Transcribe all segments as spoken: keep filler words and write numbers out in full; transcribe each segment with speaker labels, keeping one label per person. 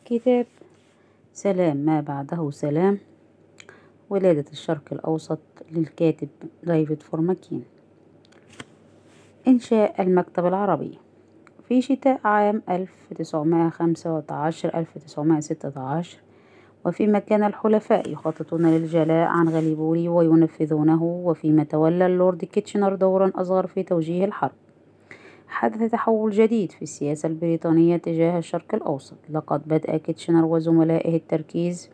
Speaker 1: كتاب سلام ما بعده سلام، ولادة الشرق الأوسط للكاتب ديفيد فورماكين. إنشاء المكتب العربي في شتاء عام ألف وتسعمائة وخمسة عشر ألف وتسعمائة وستة عشر، وفيما كان الحلفاء يخططون للجلاء عن غاليبولي وينفذونه، وفيما تولى اللورد كيتشنر دورا أصغر في توجيه الحرب، حدث تحول جديد في السياسة البريطانية تجاه الشرق الأوسط. لقد بدأ كيتشنر وزملائه التركيز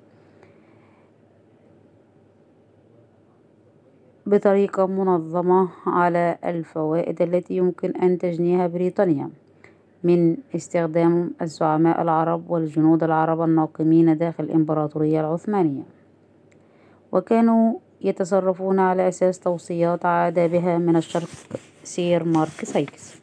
Speaker 1: بطريقة منظمة على الفوائد التي يمكن أن تجنيها بريطانيا من استخدام الزعماء العرب والجنود العرب الناقمين داخل الإمبراطورية العثمانية، وكانوا يتصرفون على أساس توصيات عاد بها من الشرق سير مارك سايكس،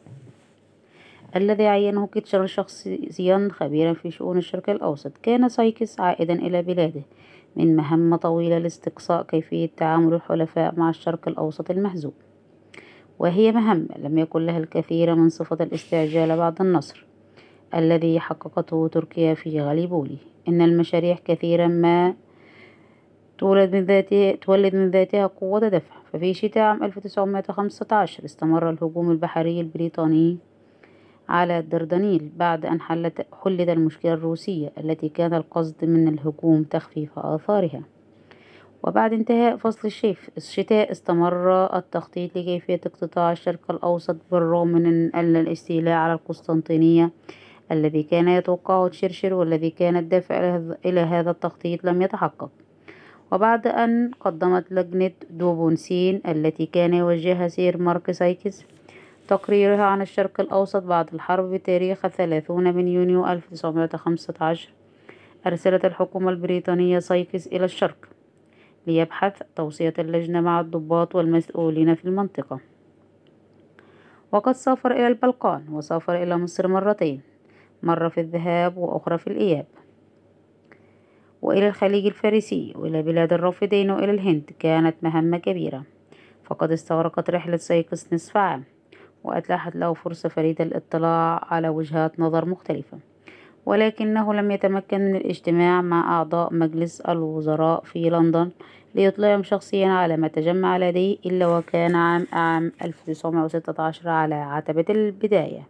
Speaker 1: الذي عينه كيتشنر شخصيا خبيرا في شؤون الشرق الأوسط. كان سايكس عائدا إلى بلاده من مهمة طويلة لاستقصاء كيفية تعامل الحلفاء مع الشرق الأوسط المهزوم، وهي مهمة لم يكن لها الكثير من صفة الاستعجال بعد النصر الذي حققته تركيا في غاليبولي. إن المشاريع كثيرا ما تولد من ذاتها تولد من ذاتها قوة دفع. ففي شتاء عام ألف وتسعمائة وخمسة عشر استمر الهجوم البحري البريطاني على الدردنيل بعد أن حلت حلت المشكلة الروسية التي كان القصد من الهجوم تخفيف آثارها. وبعد انتهاء فصل الشيف الشتاء استمر التخطيط لكيفية اقتطاع الشرق الأوسط، بالرغم من أن الاستيلاء على القسطنطينية الذي كان يتوقعه تشرشل والذي كان الدافع إلى هذا التخطيط لم يتحقق. وبعد أن قدمت لجنة دوبونسين التي كان يوجهها سير مارك سايكس تقريرها عن الشرق الأوسط بعد الحرب بتاريخ الثلاثون من يونيو ألف وتسعمائة وخمسة عشر، أرسلت الحكومة البريطانية سايكس إلى الشرق ليبحث توصية اللجنة مع الضباط والمسؤولين في المنطقة. وقد سافر إلى البلقان وسافر إلى مصر مرتين، مرة في الذهاب وأخرى في الإياب، وإلى الخليج الفارسي وإلى بلاد الرافدين وإلى الهند. كانت مهمة كبيرة، فقد استغرقت رحلة سايكس نصف عام، وأتاحت له فرصة فريدة للاطلاع على وجهات نظر مختلفة، ولكنه لم يتمكن من الاجتماع مع أعضاء مجلس الوزراء في لندن ليطلعهم شخصيا على ما تجمع لديه، إلا وكان عام عام ألف وتسعمائة وستة عشر على عتبة البداية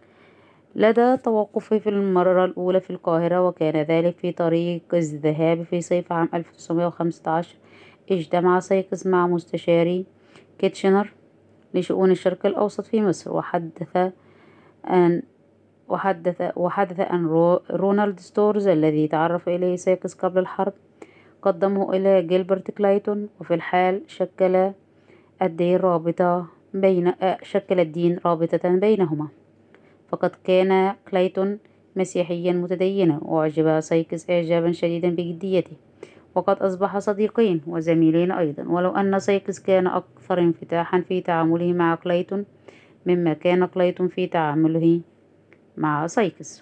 Speaker 1: لدى توقفه في المرة الأولى في القاهرة، وكان ذلك في طريق الذهاب في صيف عام ألف وتسعمائة وخمسة عشر. اجتمع سايكس مع مستشاري كيتشنر لشؤون الشرق الأوسط في مصر، وحدث أن وحدث وحدث أن رو رونالد ستورز الذي تعرف إليه سايكس قبل الحرب قدمه إلى جيلبرت كلايتون، وفي الحال شكل الدين رابطة بين شكل الدين رابطة بينهما، فقد كان كلايتون مسيحيا متدينا، وأعجب سايكس إعجابا شديدا بجديته، وقد أصبح صديقين وزميلين أيضا. ولو أن سايكس كان أكثر انفتاحا في تعامله مع كلايتون مما كان كلايتون في تعامله مع سايكس،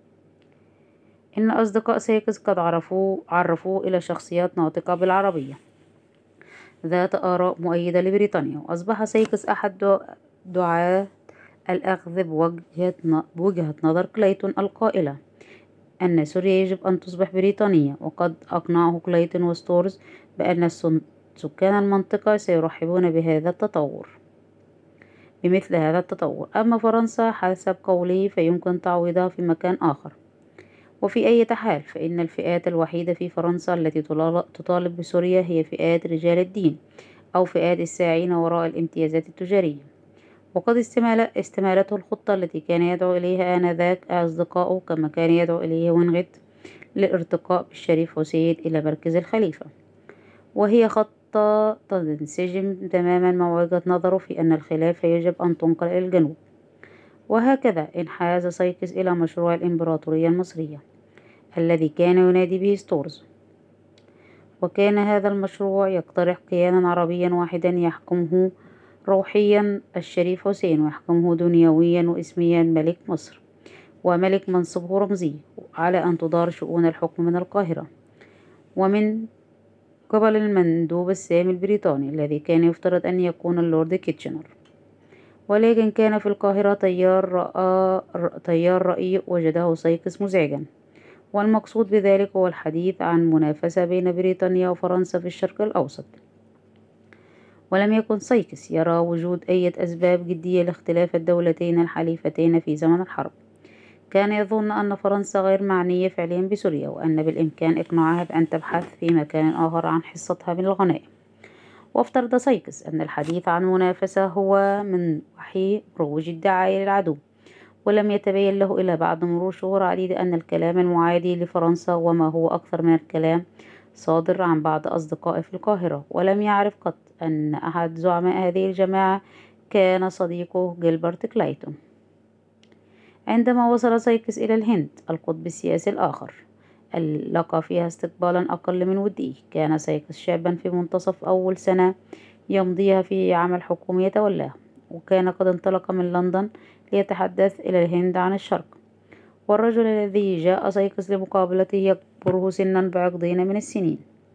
Speaker 1: إن أصدقاء سايكس قد عرفوا عرفوه إلى شخصيات ناطقة بالعربية ذات آراء مؤيدة لبريطانيا، وأصبح سايكس أحد دعاة الأخذ بوجهة بوجهة نظر كلايتون القائلة أن سوريا يجب أن تصبح بريطانية. وقد أقنعه كلايتون وستورز بأن سكان المنطقة سيرحبون بهذا التطور بمثل هذا التطور. أما فرنسا حسب قوله فيمكن تعويضها في مكان آخر. وفي أي حال فإن الفئات الوحيدة في فرنسا التي تطالب بسوريا هي فئات رجال الدين أو فئات الساعين وراء الامتيازات التجارية. وقد استمالته الخطة التي كان يدعو إليها آنذاك أصدقائه، كما كان يدعو إليه وينغت، للارتقاء بالشريف حسين إلى مركز الخليفة، وهي خطة تنسجم تماما مع وجهة نظره في أن الخلافة يجب أن تنقل إلى الجنوب. وهكذا انحاز سايكس إلى مشروع الإمبراطورية المصرية الذي كان ينادي به ستورز، وكان هذا المشروع يقترح كيانا عربيا واحدا يحكمه روحيا الشريف حسين، ويحكمه دنيويا واسميا ملك مصر، وملك منصبه رمزي، على أن تدار شؤون الحكم من القاهرة ومن قبل المندوب السامي البريطاني الذي كان يفترض أن يكون اللورد كيتشنر. ولكن كان في القاهرة تيار رأى تيار رأي وجده سايكس مزعجا، والمقصود بذلك هو الحديث عن منافسة بين بريطانيا وفرنسا في الشرق الأوسط. ولم يكن سايكس يرى وجود أي أسباب جدية لاختلاف الدولتين الحليفتين في زمن الحرب. كان يظن أن فرنسا غير معنية فعليا بسوريا، وأن بالإمكان إقناعها بأن تبحث في مكان آخر عن حصتها من الغنائم. وافترض سايكس أن الحديث عن منافسة هو من وحي روج الدعاية للعدو، ولم يتبين له إلا بعد مرور شهور عديدة أن الكلام المعادي لفرنسا وما هو أكثر من الكلام صادر عن بعض أصدقائه في القاهرة، ولم يعرف قط أن أحد زعماء هذه الجماعة كان صديقه جيلبرت كلايتون. عندما وصل سايكس إلى الهند، القطب السياسي الآخر، لقى فيها استقبالا أقل من وديه. كان سايكس شابا في منتصف أول سنة يمضيها في عمل حكومي يتولاه، وكان قد انطلق من لندن ليتحدث إلى الهند عن الشرق. والرجل الذي جاء سايكس لمقابلته يكبره سنا بعقدين من السنين،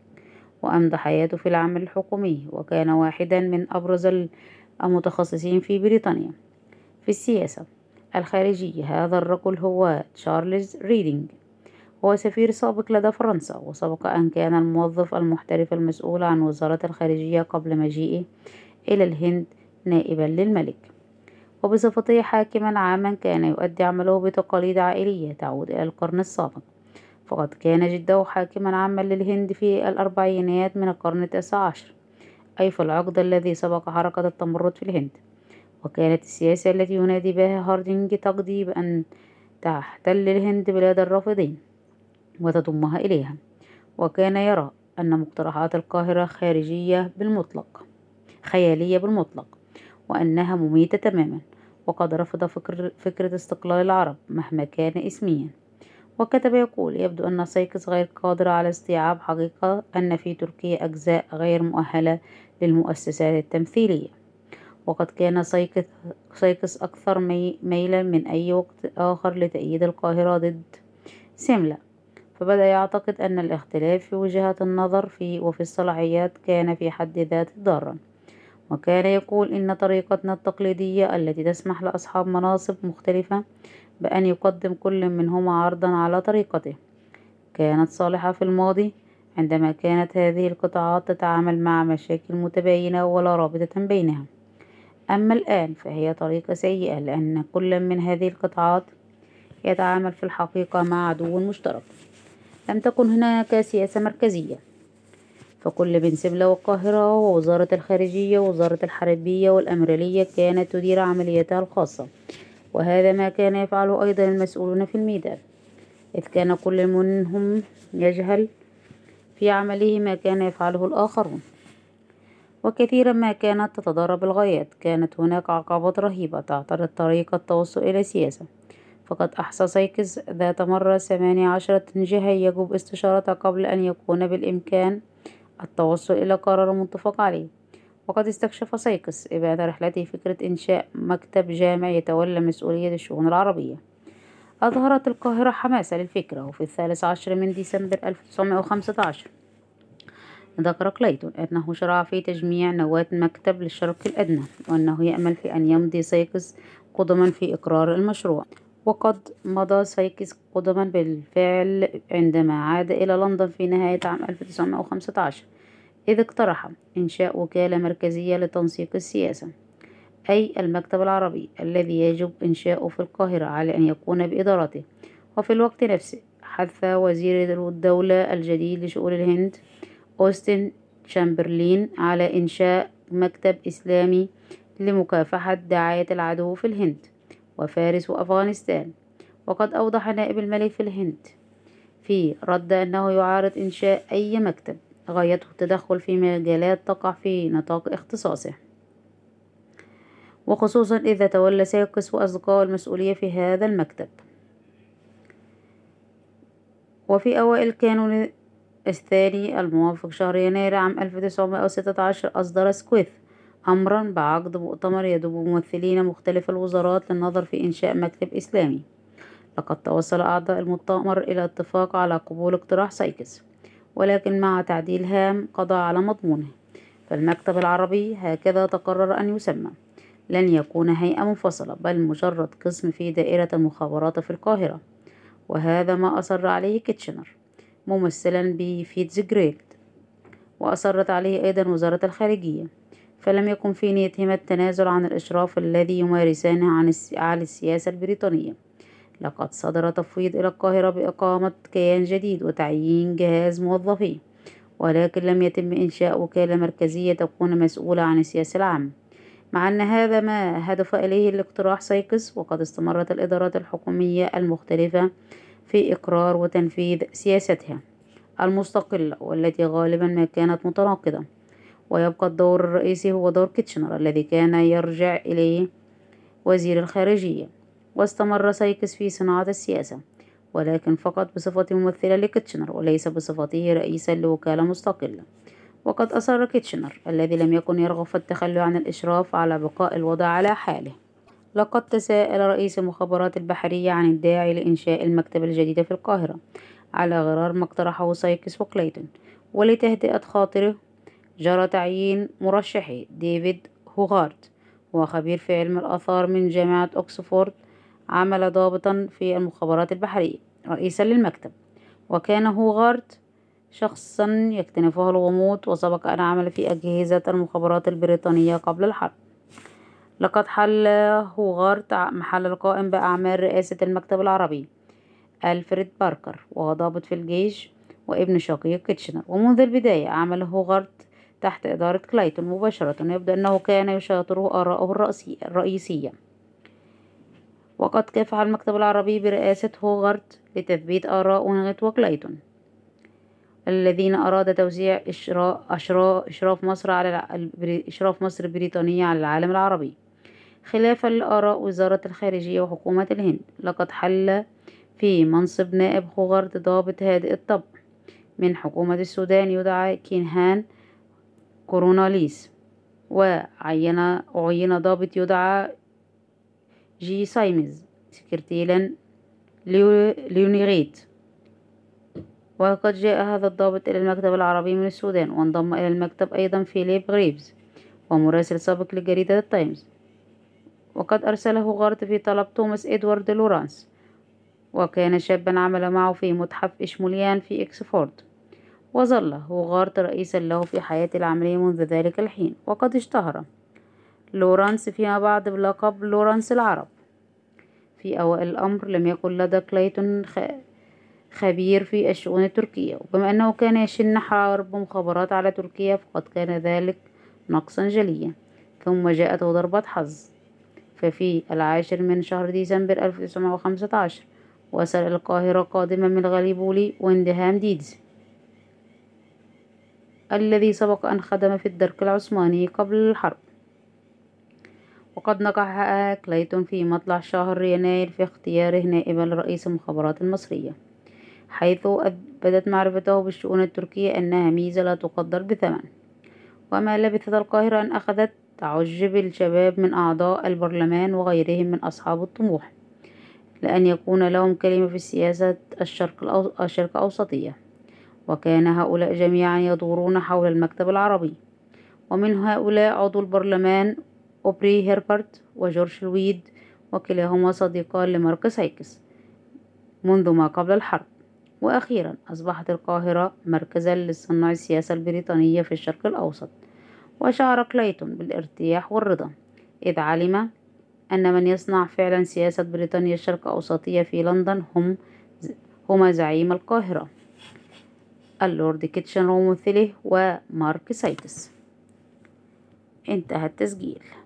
Speaker 1: وأمضى حياته في العمل الحكومي، وكان واحدا من أبرز المتخصصين في بريطانيا في السياسة الخارجية. هذا الرجل هو تشارلز ريدينج، هو سفير سابق لدى فرنسا، وسبق أن كان الموظف المحترف المسؤول عن وزارة الخارجية قبل مجيئه إلى الهند نائبا للملك. وبصفته حاكما عاما كان يؤدي عمله بتقاليد عائلية تعود إلى القرن السابق، فقد كان جده حاكما عاما للهند في الأربعينيات من القرن التاسع عشر، أي في العقد الذي سبق حركة التمرد في الهند. وكانت السياسة التي ينادي بها هاردينج تقضي بأن تحتل الهند بلاد الرافضين وتضمها إليها. وكان يرى أن مقترحات القاهرة خارجية بالمطلق خيالية بالمطلق، وأنها مميتة تماما، وقد رفض فكر فكرة استقلال العرب مهما كان اسميا. وكتب يقول: يبدو أن سايكس غير قادر على استيعاب حقيقة أن في تركيا أجزاء غير مؤهلة للمؤسسات التمثيلية. وقد كان سايكس أكثر ميلا من أي وقت آخر لتأييد القاهرة ضد سملة، فبدأ يعتقد أن الاختلاف في وجهات النظر في وفي الصلاحيات كان في حد ذاته ضارا. وكان يقول إن طريقتنا التقليدية التي تسمح لأصحاب مناصب مختلفة بأن يقدم كل منهما عرضا على طريقته كانت صالحة في الماضي، عندما كانت هذه القطاعات تتعامل مع مشاكل متباينة ولا رابطة بينها. أما الآن فهي طريقة سيئة، لأن كل من هذه القطاعات يتعامل في الحقيقة مع عدو مشترك. لم تكن هناك سياسة مركزية، فكل من سبلة والقاهرة ووزارة الخارجية ووزارة الحربية والأميرالية كانت تدير عملياتها الخاصة، وهذا ما كان يفعله أيضا المسؤولون في الميدان، إذ كان كل منهم يجهل في عمله ما كان يفعله الآخرون. وكثيرا ما كانت تتضارب الغايات. كانت هناك عقبات رهيبة تعترض طريقة التوصل إلى سياسة، فقد أحصى سايكس ذات مرة ثمانية عشرة جهة يجب استشارتها قبل أن يكون بالإمكان التوصل إلى قرار متفق عليه. وقد استكشف سايكس إبان رحلته فكرة إنشاء مكتب جامع يتولى مسؤولية الشؤون العربية. أظهرت القاهرة حماسة للفكرة، وفي الثالث عشر من ديسمبر ألف وتسعمائة وخمسة عشر ذكر كلايتون أنه شرع في تجميع نواة مكتب للشرق الأدنى، وأنه يأمل في أن يمضي سايكس قدما في إقرار المشروع. وقد مضى سايكس قدما بالفعل عندما عاد إلى لندن في نهاية عام ألف وتسعمائة وخمسة عشر، إذ اقترح إنشاء وكالة مركزية لتنسيق السياسة، أي المكتب العربي الذي يجب إنشاؤه في القاهرة على أن يكون بإدارته. وفي الوقت نفسه حث وزير الدولة الجديد لشؤون الهند أوستن تشامبرلين على إنشاء مكتب إسلامي لمكافحة دعاية العدو في الهند وفارس وأفغانستان. وقد أوضح نائب الملك في الهند في رد أنه يعارض إنشاء أي مكتب غايته التدخل في مجالات تقع في نطاق اختصاصه، وخصوصا إذا تولى سايكس وأصدقائه المسؤولية في هذا المكتب. وفي أوائل كانون الثاني الموافق شهر يناير عام ألف وتسعمائة وستة عشر أصدر سكويث أمرا بعقد مؤتمر يضم ممثلين مختلف الوزارات للنظر في إنشاء مكتب إسلامي. لقد توصل أعضاء المؤتمر إلى اتفاق على قبول اقتراح سايكس، ولكن مع تعديل هام قضى على مضمونه. فالمكتب العربي هكذا تقرر أن يسمى لن يكون هيئة منفصلة، بل مجرد قسم في دائرة المخابرات في القاهرة. وهذا ما أصر عليه كيتشنر ممثلا بفيتزجرالد، وأصرت عليه أيضا وزارة الخارجية، فلم يكن في نيتهما التنازل عن الإشراف الذي يمارسانه عن على السياسة البريطانية. لقد صدر تفويض إلى القاهرة بإقامة كيان جديد وتعيين جهاز موظفيه، ولكن لم يتم إنشاء وكالة مركزية تكون مسؤولة عن السياسة العامة، مع أن هذا ما هدف إليه الاقتراح سايكس. وقد استمرت الإدارات الحكومية المختلفة في إقرار وتنفيذ سياستها المستقلة، والتي غالبا ما كانت متناقضة، ويبقى الدور الرئيسي هو دور كيتشنر الذي كان يرجع إليه وزير الخارجية. واستمر سايكس في صناعة السياسة، ولكن فقط بصفته ممثلة لكيتشنر وليس بصفته رئيسا لوكالة مستقلة. وقد أصر كيتشنر الذي لم يكن يرغب في التخلي عن الإشراف على بقاء الوضع على حاله. لقد تساءل رئيس المخابرات البحرية عن الداعي لإنشاء المكتب الجديد في القاهرة على غرار ما اقترحه سايكس وكليتون، ولتهدئة خاطره جرى تعيين مرشحي ديفيد هوغارت، هو خبير في علم الآثار من جامعة أكسفورد، عمل ضابطا في المخابرات البحرية رئيسا للمكتب. وكان هوغارت شخصا يكتنفه الغموض، وسبق أن عمل في أجهزة المخابرات البريطانية قبل الحرب. لقد حل هوغارت محل القائم بأعمال رئاسة المكتب العربي ألفريد باركر، وهو ضابط في الجيش وابن شقيق كيتشنر. ومنذ البداية عمل هوغارت تحت إدارة كلايتون مباشرة، ويبدو أنه كان يشاطره آراءه الرئيسية. وقد كافح المكتب العربي برئاسة هوغارت لتثبيت آراء وينغيت وكلايتون الذين أراد توزيع إشراف مصر على إشراف مصر البريطانية على العالم العربي، خلافا لآراء وزارة الخارجية وحكومة الهند. لقد حل في منصب نائب هوغارت ضابط هادئ الطبع من حكومة السودان يدعى كينهان كوروناليس، وعين عين ضابط يدعى جي سايمز سكرتيلا ليونيغيت. وقد جاء هذا الضابط إلى المكتب العربي من السودان، وانضم إلى المكتب أيضا فيليب غريفز ومراسل سابق لجريدة التايمز. وقد أرسله هوغارت في طلب توماس إدوارد لورانس، وكان شابا عمل معه في متحف إشموليان في إكسفورد، وظل هوغارت رئيسا له في حياته العملية منذ ذلك الحين. وقد اشتهر لورانس فيما بعد بلقب لورانس العرب. في أوائل الأمر لم يكن لدى كلايتون خبير في الشؤون التركية، وبما أنه كان يشن حرب مخابرات على تركيا فقد كان ذلك نقصا جليا. ثم جاءته ضربة حظ، ففي العاشر من شهر ديسمبر ألف وتسعمائة وخمسة عشر وصل إلى القاهرة قادما من غاليبولي ويندهام ديدز الذي سبق أن خدم في الدرك العثماني قبل الحرب. وقد نجح كلايتون في مطلع شهر يناير في اختياره نائبا لرئيس المخابرات المصرية، حيث أثبتت معرفته بالشؤون التركية أنها ميزة لا تقدر بثمن. وما لبثت القاهرة أن أخذت تعج بالشباب من أعضاء البرلمان وغيرهم من أصحاب الطموح لأن يكون لهم كلمة في سياسة الشرق الأوسطية، وكان هؤلاء جميعا يدورون حول المكتب العربي. ومن هؤلاء عضو البرلمان أوبري هيربرت وجورج لويد، وكلاهما صديقان لمارك سايكس منذ ما قبل الحرب. وأخيرا أصبحت القاهرة مركزا لصنع السياسة البريطانية في الشرق الأوسط. وشعر كلايتون بالارتياح والرضا إذ علم أن من يصنع فعلا سياسة بريطانيا الشرق أوسطية في لندن هم هما زعيم القاهرة اللورد كيتشنر وممثله ومارك سايكس. انتهى التسجيل.